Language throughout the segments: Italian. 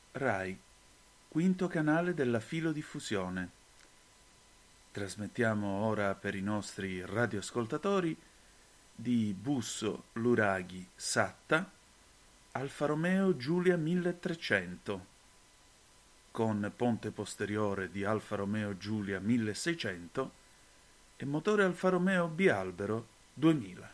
Rai, quinto canale della filodiffusione. Trasmettiamo ora per i nostri radioascoltatori di Busso Luraghi Satta, Alfa Romeo Giulia 1300, con ponte posteriore di Alfa Romeo Giulia 1600 e motore Alfa Romeo Bialbero 2000.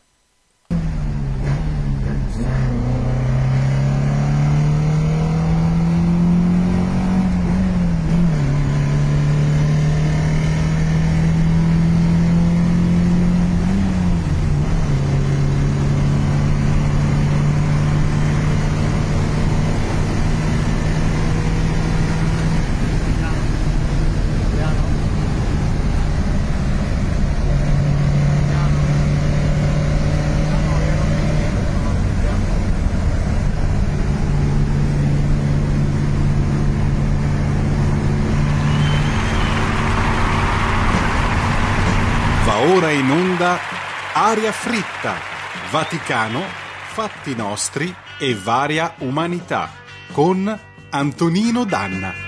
Ora in onda Aria fritta, Vaticano, fatti nostri e varia umanità, con Antonino Danna.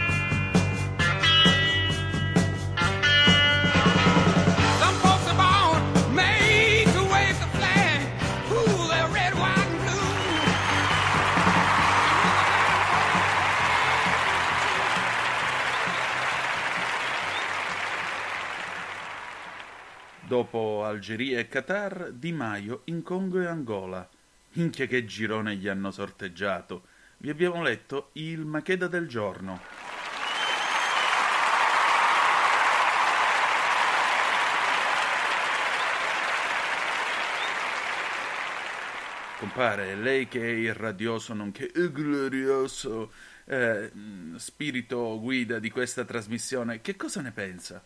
Dopo Algeria e Qatar, Di Maio in Congo e Angola. Minchia che girone gli hanno sorteggiato. Vi abbiamo letto il Macheda del giorno. Compare, lei che è il radioso nonché glorioso spirito guida di questa trasmissione, che cosa ne pensa?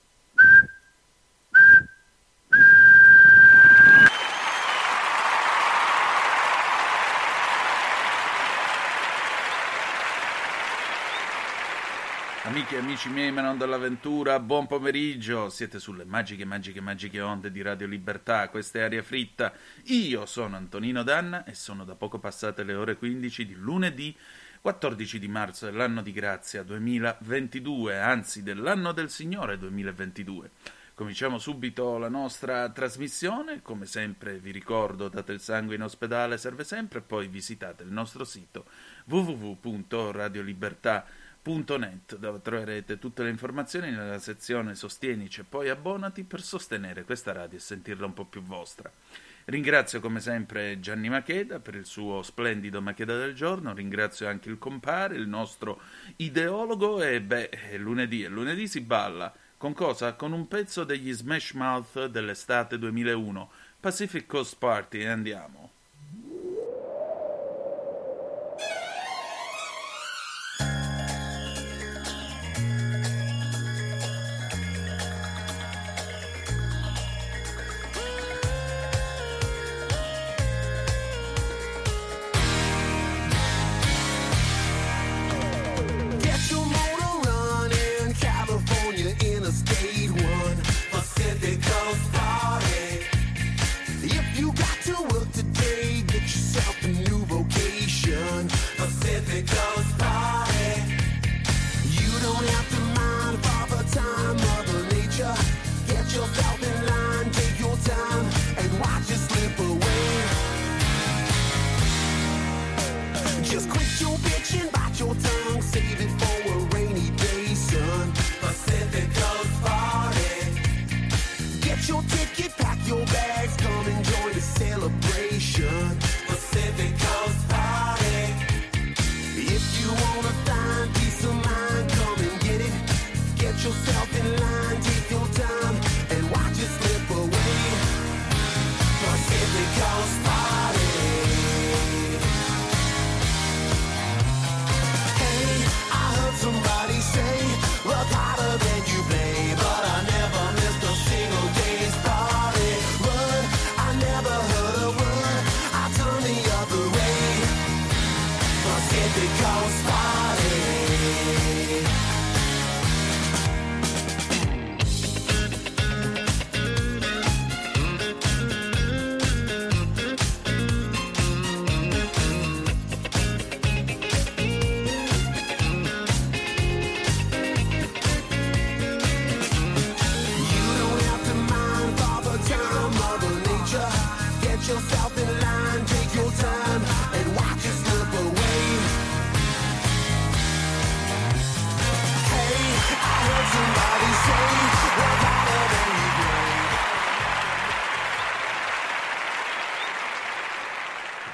Amiche e amici miei, ma non dall'avventura, buon pomeriggio. Siete sulle magiche onde di Radio Libertà. Questa è Aria Fritta. Io sono Antonino Danna e sono da poco passate le ore 15 di lunedì 14 di marzo dell'anno di grazia 2022, anzi dell'anno del Signore 2022. Cominciamo subito la nostra trasmissione. Come sempre vi ricordo, date il sangue in ospedale, serve sempre, e poi visitate il nostro sito www.radiolibertà.net, dove troverete tutte le informazioni nella sezione Sostienici e poi abbonati per sostenere questa radio e sentirla un po' più vostra. Ringrazio come sempre Gianni Macheda per il suo splendido Macheda del giorno, ringrazio anche il compare, il nostro ideologo, e è lunedì si balla. Con cosa? Con un pezzo degli Smash Mouth dell'estate 2001, Pacific Coast Party, e andiamo.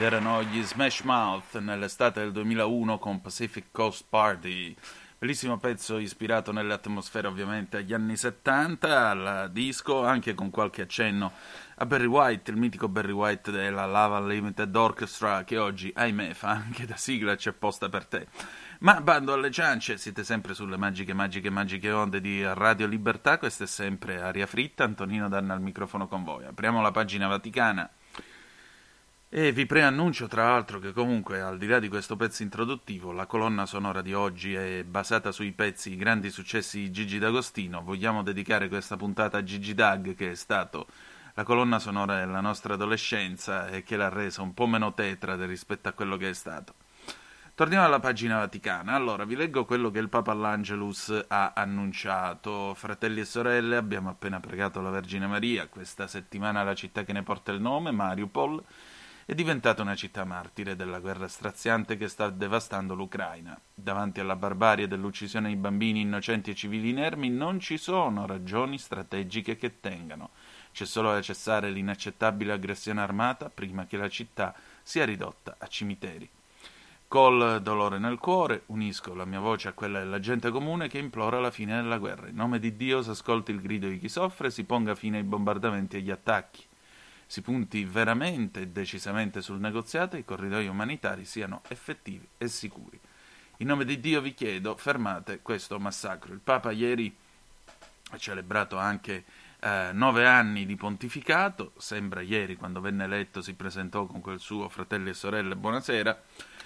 erano gli Smash Mouth nell'estate del 2001 con Pacific Coast Party, bellissimo pezzo ispirato nelle atmosfere ovviamente agli anni 70, al disco, anche con qualche accenno a Barry White, il mitico Barry White della Lava Limited Orchestra, che oggi, ahimè, fa anche da sigla C'è posta per te. Ma bando alle ciance, siete sempre sulle magiche onde di Radio Libertà, questa è sempre Aria Fritta, Antonino Danna al microfono con voi. Apriamo la pagina vaticana e vi preannuncio tra l'altro che comunque, al di là di questo pezzo introduttivo, la colonna sonora di oggi è basata sui pezzi grandi successi di Gigi D'Agostino. Vogliamo dedicare questa puntata a Gigi Dag, che è stato la colonna sonora della nostra adolescenza e che l'ha resa un po' meno tetrade rispetto a quello che è stato. Torniamo alla pagina vaticana. Allora, vi leggo quello che il Papa all'Angelus ha annunciato. Fratelli e sorelle, abbiamo appena pregato la Vergine Maria. Questa settimana la città che ne porta il nome, Mariupol, è diventata una città martire della guerra straziante che sta devastando l'Ucraina. Davanti alla barbarie dell'uccisione di bambini innocenti e civili inermi non ci sono ragioni strategiche che tengano. C'è solo da cessare l'inaccettabile aggressione armata prima che la città sia ridotta a cimiteri. Col dolore nel cuore unisco la mia voce a quella della gente comune che implora la fine della guerra. In nome di Dio s'ascolti il grido di chi soffre, si ponga fine ai bombardamenti e agli attacchi. Si punti veramente e decisamente sul negoziato e i corridoi umanitari siano effettivi e sicuri. In nome di Dio vi chiedo, fermate questo massacro. Il Papa ieri ha celebrato anche 9 anni di pontificato. Sembra ieri, quando venne eletto, si presentò con quel suo Fratelli e sorelle, buonasera.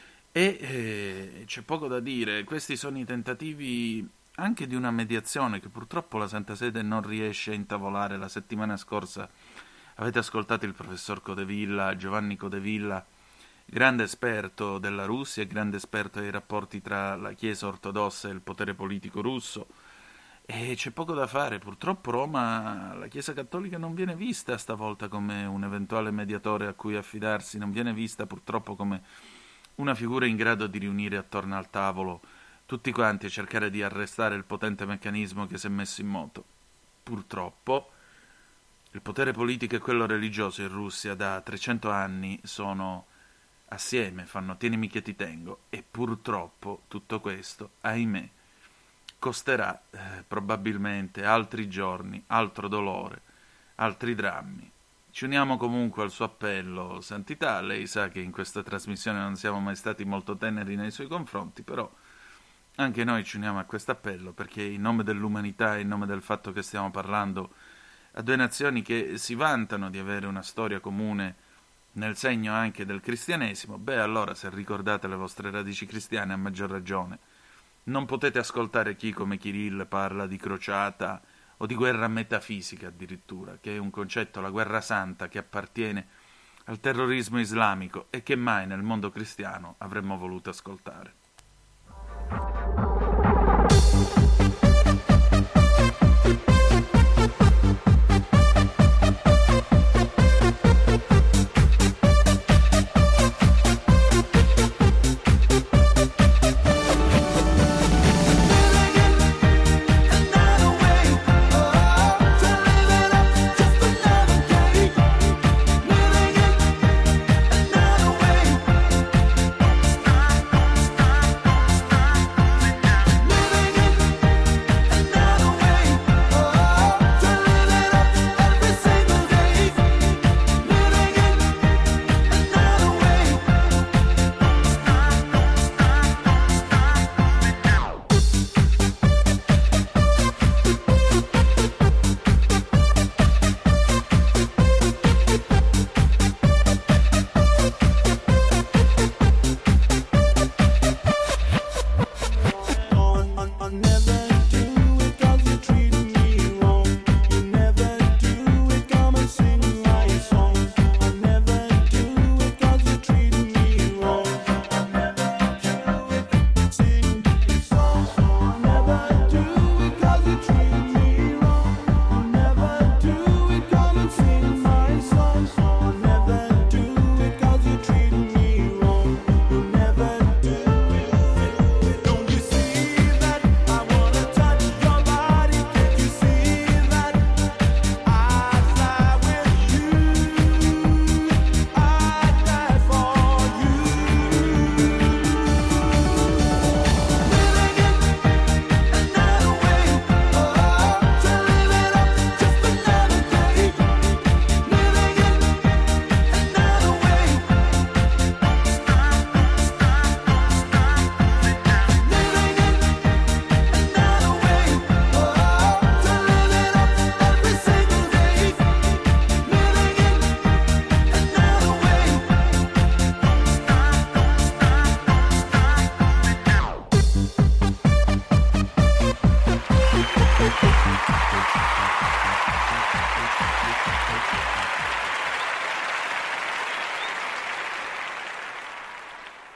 E c'è poco da dire, questi sono i tentativi anche di una mediazione che purtroppo la Santa Sede non riesce a intavolare. La settimana scorsa avete ascoltato il professor Codevilla, Giovanni Codevilla, grande esperto della Russia e grande esperto dei rapporti tra la Chiesa ortodossa e il potere politico russo, e c'è poco da fare. Purtroppo Roma, la Chiesa cattolica non viene vista stavolta come un eventuale mediatore a cui affidarsi, non viene vista purtroppo come una figura in grado di riunire attorno al tavolo tutti quanti e cercare di arrestare il potente meccanismo che si è messo in moto. Purtroppo il potere politico e quello religioso in Russia da 300 anni sono assieme, fanno tienimi che ti tengo, e purtroppo tutto questo, ahimè, costerà probabilmente altri giorni, altro dolore, altri drammi. Ci uniamo comunque al suo appello, Santità. Lei sa che in questa trasmissione non siamo mai stati molto teneri nei suoi confronti, però anche noi ci uniamo a questo appello, perché in nome dell'umanità e in nome del fatto che stiamo parlando a due nazioni che si vantano di avere una storia comune nel segno anche del cristianesimo, allora se ricordate le vostre radici cristiane, a maggior ragione non potete ascoltare chi come Kirill parla di crociata o di guerra metafisica addirittura, che è un concetto, la guerra santa, che appartiene al terrorismo islamico e che mai nel mondo cristiano avremmo voluto ascoltare.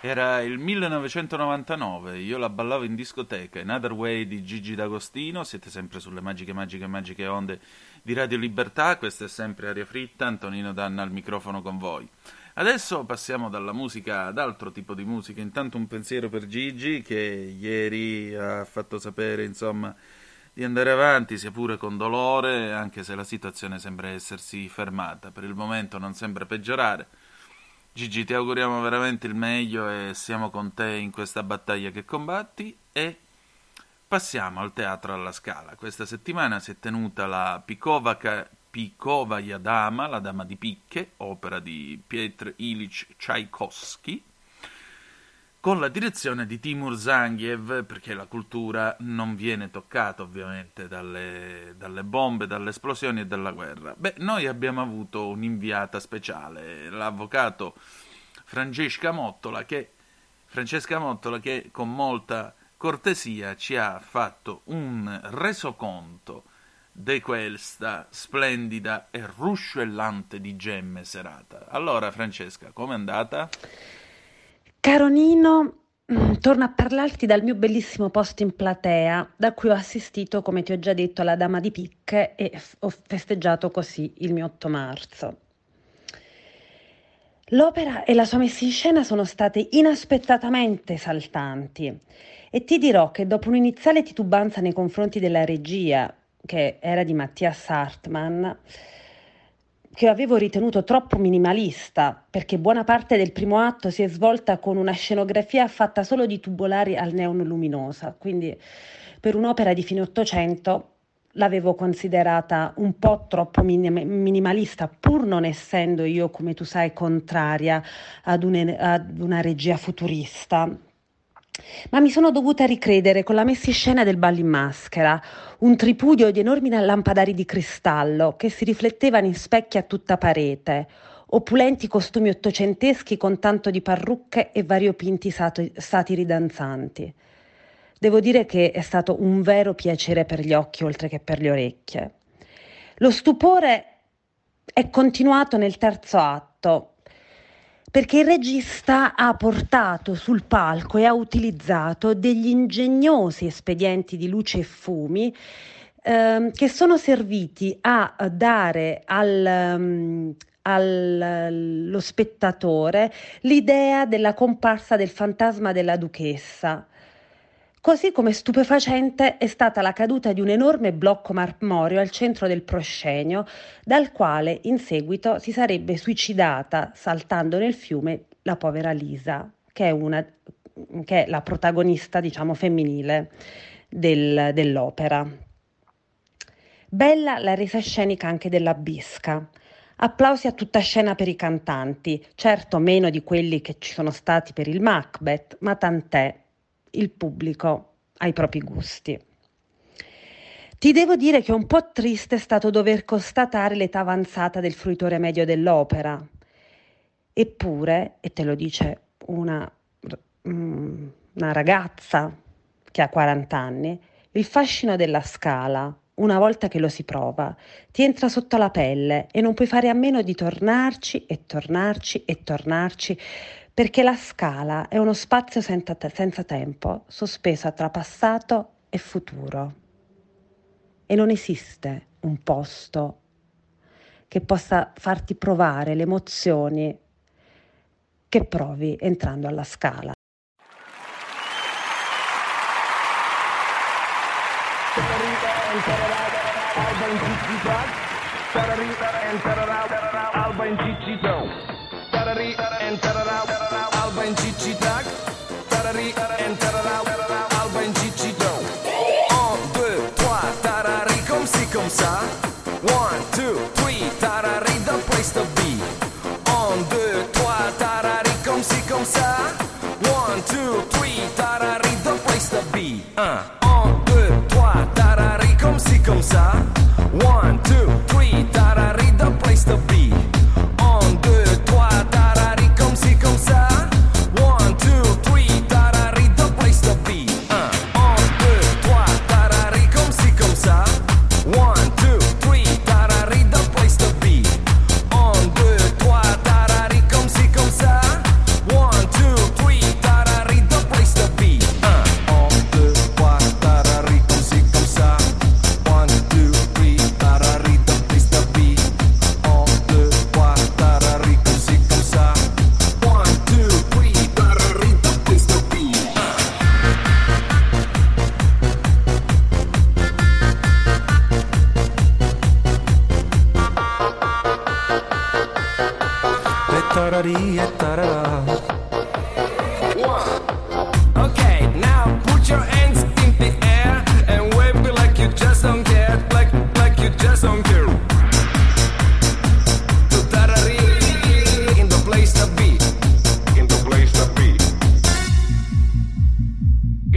Era il 1999, io la ballavo in discoteca, Another Way di Gigi D'Agostino, siete sempre sulle magiche onde di Radio Libertà, questa è sempre Aria Fritta, Antonino Danna al microfono con voi. Adesso passiamo dalla musica ad altro tipo di musica, intanto un pensiero per Gigi che ieri ha fatto sapere, insomma, di andare avanti, sia pure con dolore, anche se la situazione sembra essersi fermata, per il momento non sembra peggiorare. Gigi, ti auguriamo veramente il meglio e siamo con te in questa battaglia che combatti. E passiamo al Teatro alla Scala. Questa settimana si è tenuta la Pikovaja Dama, la Dama di Picche, opera di Piotr Ilyich Tchaikovsky, con la direzione di Timur Zangiev, perché la cultura non viene toccata ovviamente dalle bombe, dalle esplosioni e dalla guerra. Beh, noi abbiamo avuto un'inviata speciale, l'avvocato Francesca Mottola, che con molta cortesia ci ha fatto un resoconto di questa splendida e ruscellante di gemme serata. Allora, Francesca, com'è andata? Caro Nino, torno a parlarti dal mio bellissimo posto in platea, da cui ho assistito, come ti ho già detto, alla Dama di Picche e ho festeggiato così il mio 8 marzo. L'opera e la sua messa in scena sono state inaspettatamente esaltanti e ti dirò che dopo un'iniziale titubanza nei confronti della regia, che era di Matthias Hartmann, che avevo ritenuto troppo minimalista, perché buona parte del primo atto si è svolta con una scenografia fatta solo di tubolari al neon luminosa, quindi per un'opera di fine Ottocento l'avevo considerata un po' troppo minimalista, pur non essendo io, come tu sai, contraria ad una regia futurista. Ma mi sono dovuta ricredere con la messa in scena del ballo in maschera, un tripudio di enormi lampadari di cristallo che si riflettevano in specchi a tutta parete, opulenti costumi ottocenteschi con tanto di parrucche e variopinti satiri danzanti. Devo dire che è stato un vero piacere per gli occhi oltre che per le orecchie. Lo stupore è continuato nel terzo atto, perché il regista ha portato sul palco e ha utilizzato degli ingegnosi espedienti di luce e fumi che sono serviti a dare allo spettatore l'idea della comparsa del fantasma della duchessa. Così come stupefacente è stata la caduta di un enorme blocco marmoreo al centro del proscenio, dal quale in seguito si sarebbe suicidata saltando nel fiume la povera Lisa, che è la protagonista, diciamo, femminile dell'opera. Bella la resa scenica anche della Bisca. Applausi a tutta scena per i cantanti, certo meno di quelli che ci sono stati per il Macbeth, ma tant'è. Il pubblico ha i propri gusti. Ti devo dire che un po' triste è stato dover constatare l'età avanzata del fruitore medio dell'opera. Eppure, e te lo dice una ragazza che ha 40 anni, il fascino della Scala, una volta che lo si prova, ti entra sotto la pelle e non puoi fare a meno di tornarci e tornarci e tornarci, perché la Scala è uno spazio senza tempo, sospeso tra passato e futuro. E non esiste un posto che possa farti provare le emozioni che provi entrando alla Scala. Alba in Gigi Tac, tarari and tarara, Alba in Gigi Do. 1, 2, 3, tarari comme ci comme ça. 1, 2, 3, tarari the place to be. 1, 2, 3, tarari comme ci comme ça. 1, 2, 3, tarari the place to be. 1, 2, 3, tarari comme ci comme ça. 1, 2, 3, tarari the place to be. 1, 2, 3, tarari comme ci comme ça. 1, 2, 3, tarari the place to be. 1, 2, 3, tarari comme ci comme ça. 1, 2, 3, tarari the place to be. 1, 2, 3, tarari comme ci comme ça. 1, 2, 3,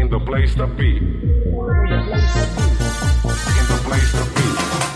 in the place to be. In the place to be.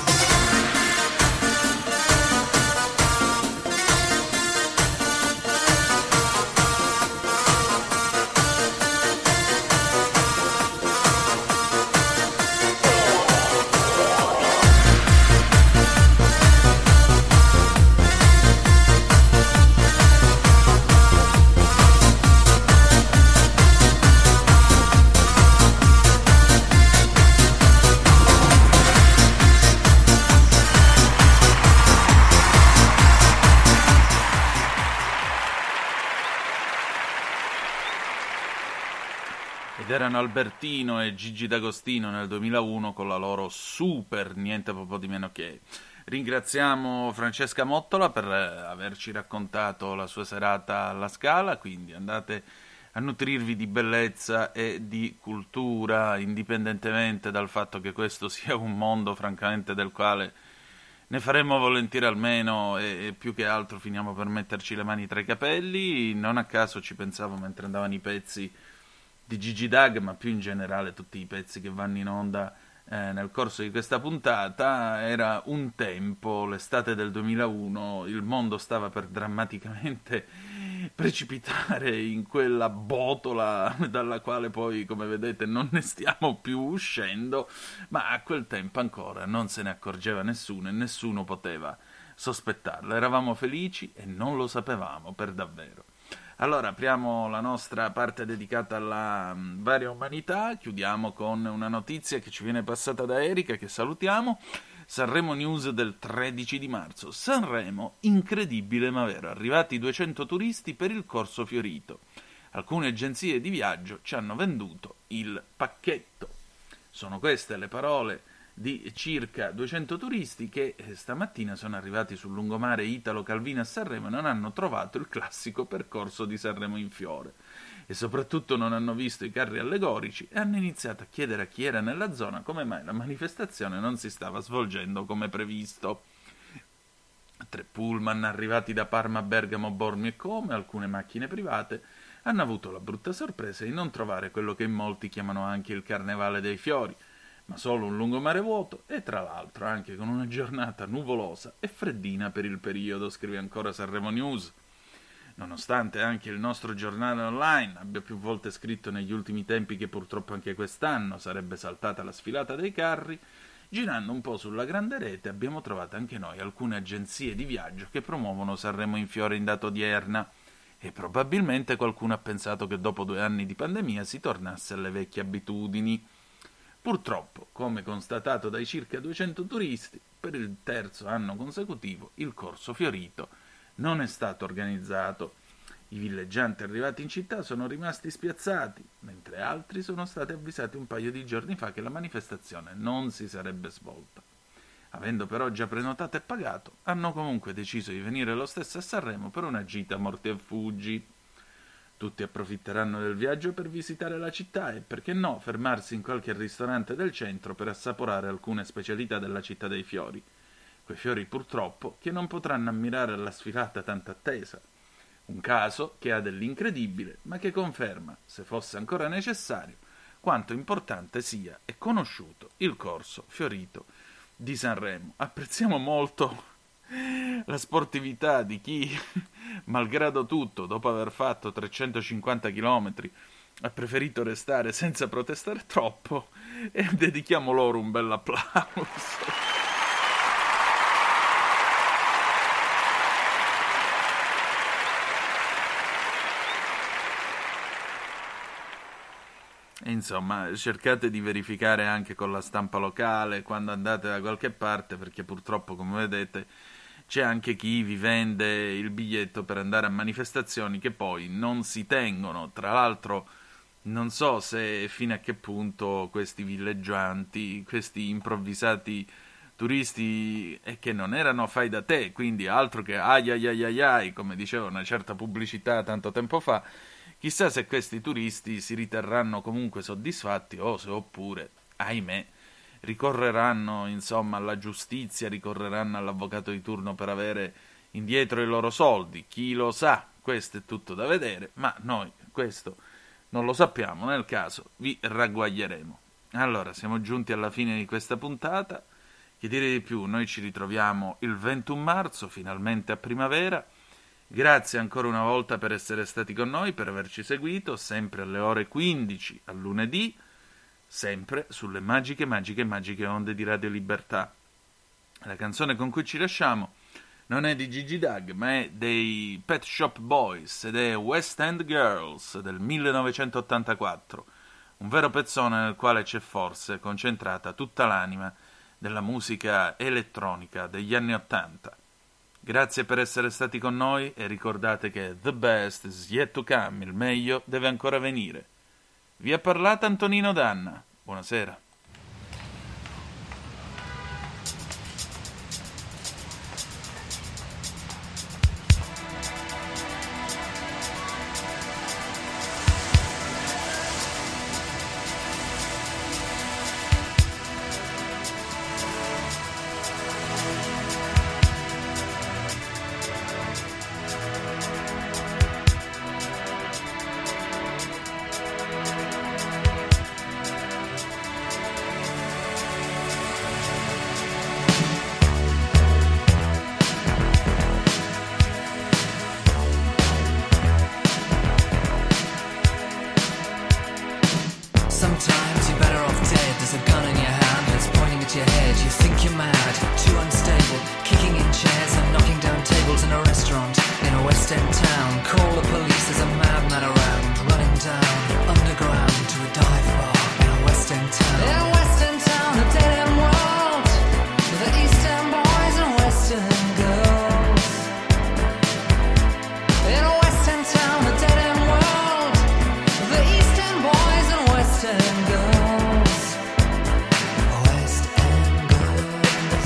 Erano Albertino e Gigi D'Agostino nel 2001 con la loro super niente proprio di meno che. Ringraziamo Francesca Mottola per averci raccontato la sua serata alla Scala, quindi andate a nutrirvi di bellezza e di cultura, indipendentemente dal fatto che questo sia un mondo francamente del quale ne faremmo volentieri almeno e più che altro finiamo per metterci le mani tra i capelli. Non a caso ci pensavo mentre andavano i pezzi di Gigi Dag, ma più in generale tutti i pezzi che vanno in onda nel corso di questa puntata. Era un tempo, l'estate del 2001, il mondo stava per drammaticamente precipitare in quella botola dalla quale poi, come vedete, non ne stiamo più uscendo, ma a quel tempo ancora non se ne accorgeva nessuno e nessuno poteva sospettarlo. Eravamo felici e non lo sapevamo per davvero. Allora apriamo la nostra parte dedicata alla varia umanità, chiudiamo con una notizia che ci viene passata da Erika, che salutiamo. Sanremo News del 13 di marzo. Sanremo, incredibile ma vero, arrivati 200 turisti per il corso Fiorito. Alcune agenzie di viaggio ci hanno venduto il pacchetto. Sono queste le parole di circa 200 turisti che stamattina sono arrivati sul lungomare Italo Calvino a Sanremo e non hanno trovato il classico percorso di Sanremo in fiore e soprattutto non hanno visto i carri allegorici e hanno iniziato a chiedere a chi era nella zona come mai la manifestazione non si stava svolgendo come previsto. 3 pullman arrivati da Parma, Bergamo, Bormio e Como, alcune macchine private, hanno avuto la brutta sorpresa di non trovare quello che in molti chiamano anche il Carnevale dei Fiori, ma solo un lungomare vuoto e tra l'altro anche con una giornata nuvolosa e freddina per il periodo, scrive ancora Sanremo News. Nonostante anche il nostro giornale online abbia più volte scritto negli ultimi tempi che purtroppo anche quest'anno sarebbe saltata la sfilata dei carri, girando un po' sulla grande rete abbiamo trovato anche noi alcune agenzie di viaggio che promuovono Sanremo in fiore in data odierna e probabilmente qualcuno ha pensato che dopo 2 anni di pandemia si tornasse alle vecchie abitudini. Purtroppo, come constatato dai circa 200 turisti, per il 3° anno consecutivo il corso Fiorito non è stato organizzato. I villeggianti arrivati in città sono rimasti spiazzati, mentre altri sono stati avvisati un paio di giorni fa che la manifestazione non si sarebbe svolta. Avendo però già prenotato e pagato, hanno comunque deciso di venire lo stesso a Sanremo per una gita morti e fuggi. Tutti approfitteranno del viaggio per visitare la città e, perché no, fermarsi in qualche ristorante del centro per assaporare alcune specialità della città dei fiori. Quei fiori, purtroppo, che non potranno ammirare alla sfilata tanto attesa. Un caso che ha dell'incredibile, ma che conferma, se fosse ancora necessario, quanto importante sia e conosciuto il corso Fiorito di Sanremo. Apprezziamo molto la sportività di chi, malgrado tutto, dopo aver fatto 350 chilometri, ha preferito restare senza protestare troppo e dedichiamo loro un bel applauso. Insomma, cercate di verificare anche con la stampa locale quando andate da qualche parte, perché purtroppo, come vedete, c'è anche chi vi vende il biglietto per andare a manifestazioni che poi non si tengono. Tra l'altro non so se fino a che punto questi villeggianti, questi improvvisati turisti che non erano fai da te, quindi altro che ai ai ai ai ai, come diceva una certa pubblicità tanto tempo fa, chissà se questi turisti si riterranno comunque soddisfatti o se oppure, ahimè, ricorreranno insomma alla giustizia, ricorreranno all'avvocato di turno per avere indietro i loro soldi. Chi lo sa, questo è tutto da vedere, ma noi questo Non lo sappiamo, nel caso vi ragguaglieremo. Allora, siamo giunti alla fine di questa puntata. Che dire di più, noi ci ritroviamo il 21 marzo, finalmente a primavera. Grazie ancora una volta per essere stati con noi, per averci seguito, sempre alle ore 15 al lunedì, sempre sulle magiche onde di Radio Libertà. La canzone con cui ci lasciamo non è di Gigi Doug, ma è dei Pet Shop Boys ed è West End Girls del 1984, un vero pezzone nel quale c'è forse concentrata tutta l'anima della musica elettronica degli anni '80. Grazie per essere stati con noi e ricordate che the best is yet to come, il meglio deve ancora venire. Vi ha parlato Antonino Danna. Buonasera. Sometimes you're better off dead. There's a gun in your hand that's pointing at your head. You think you're mad, too unstable, kicking in chairs and knocking down tables in a restaurant in a West End town. Call the police, there's a madman around, running down underground to a dive bar in a West End town. In a West End town, a dead end world, with the East End boys and West End girls. In a West End town, a dead end world, with the East End boys and West End girls. West End girls.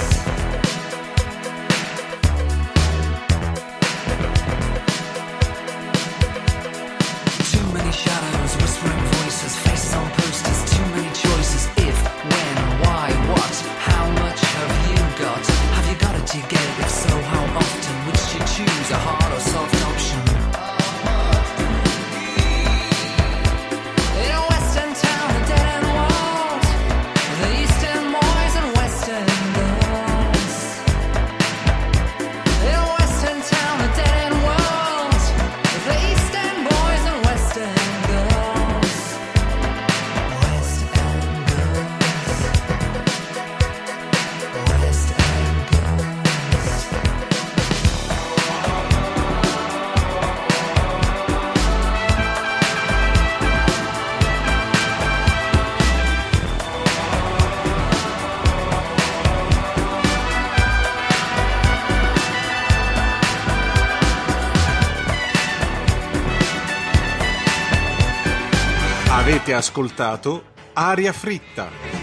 Too many shadows, whispering voices, faces on posters, too many choices. If, when, why, what, how much have you got? Have you got it, do you get it? If so, how often? Which do you choose, a hard or soft option? In a West End town, a dead end world, the East End boys and West End girls. In a West End town, a dead end world, the East End boys and West End girls. West End girls. West End girls. Avete ascoltato Aria Fritta.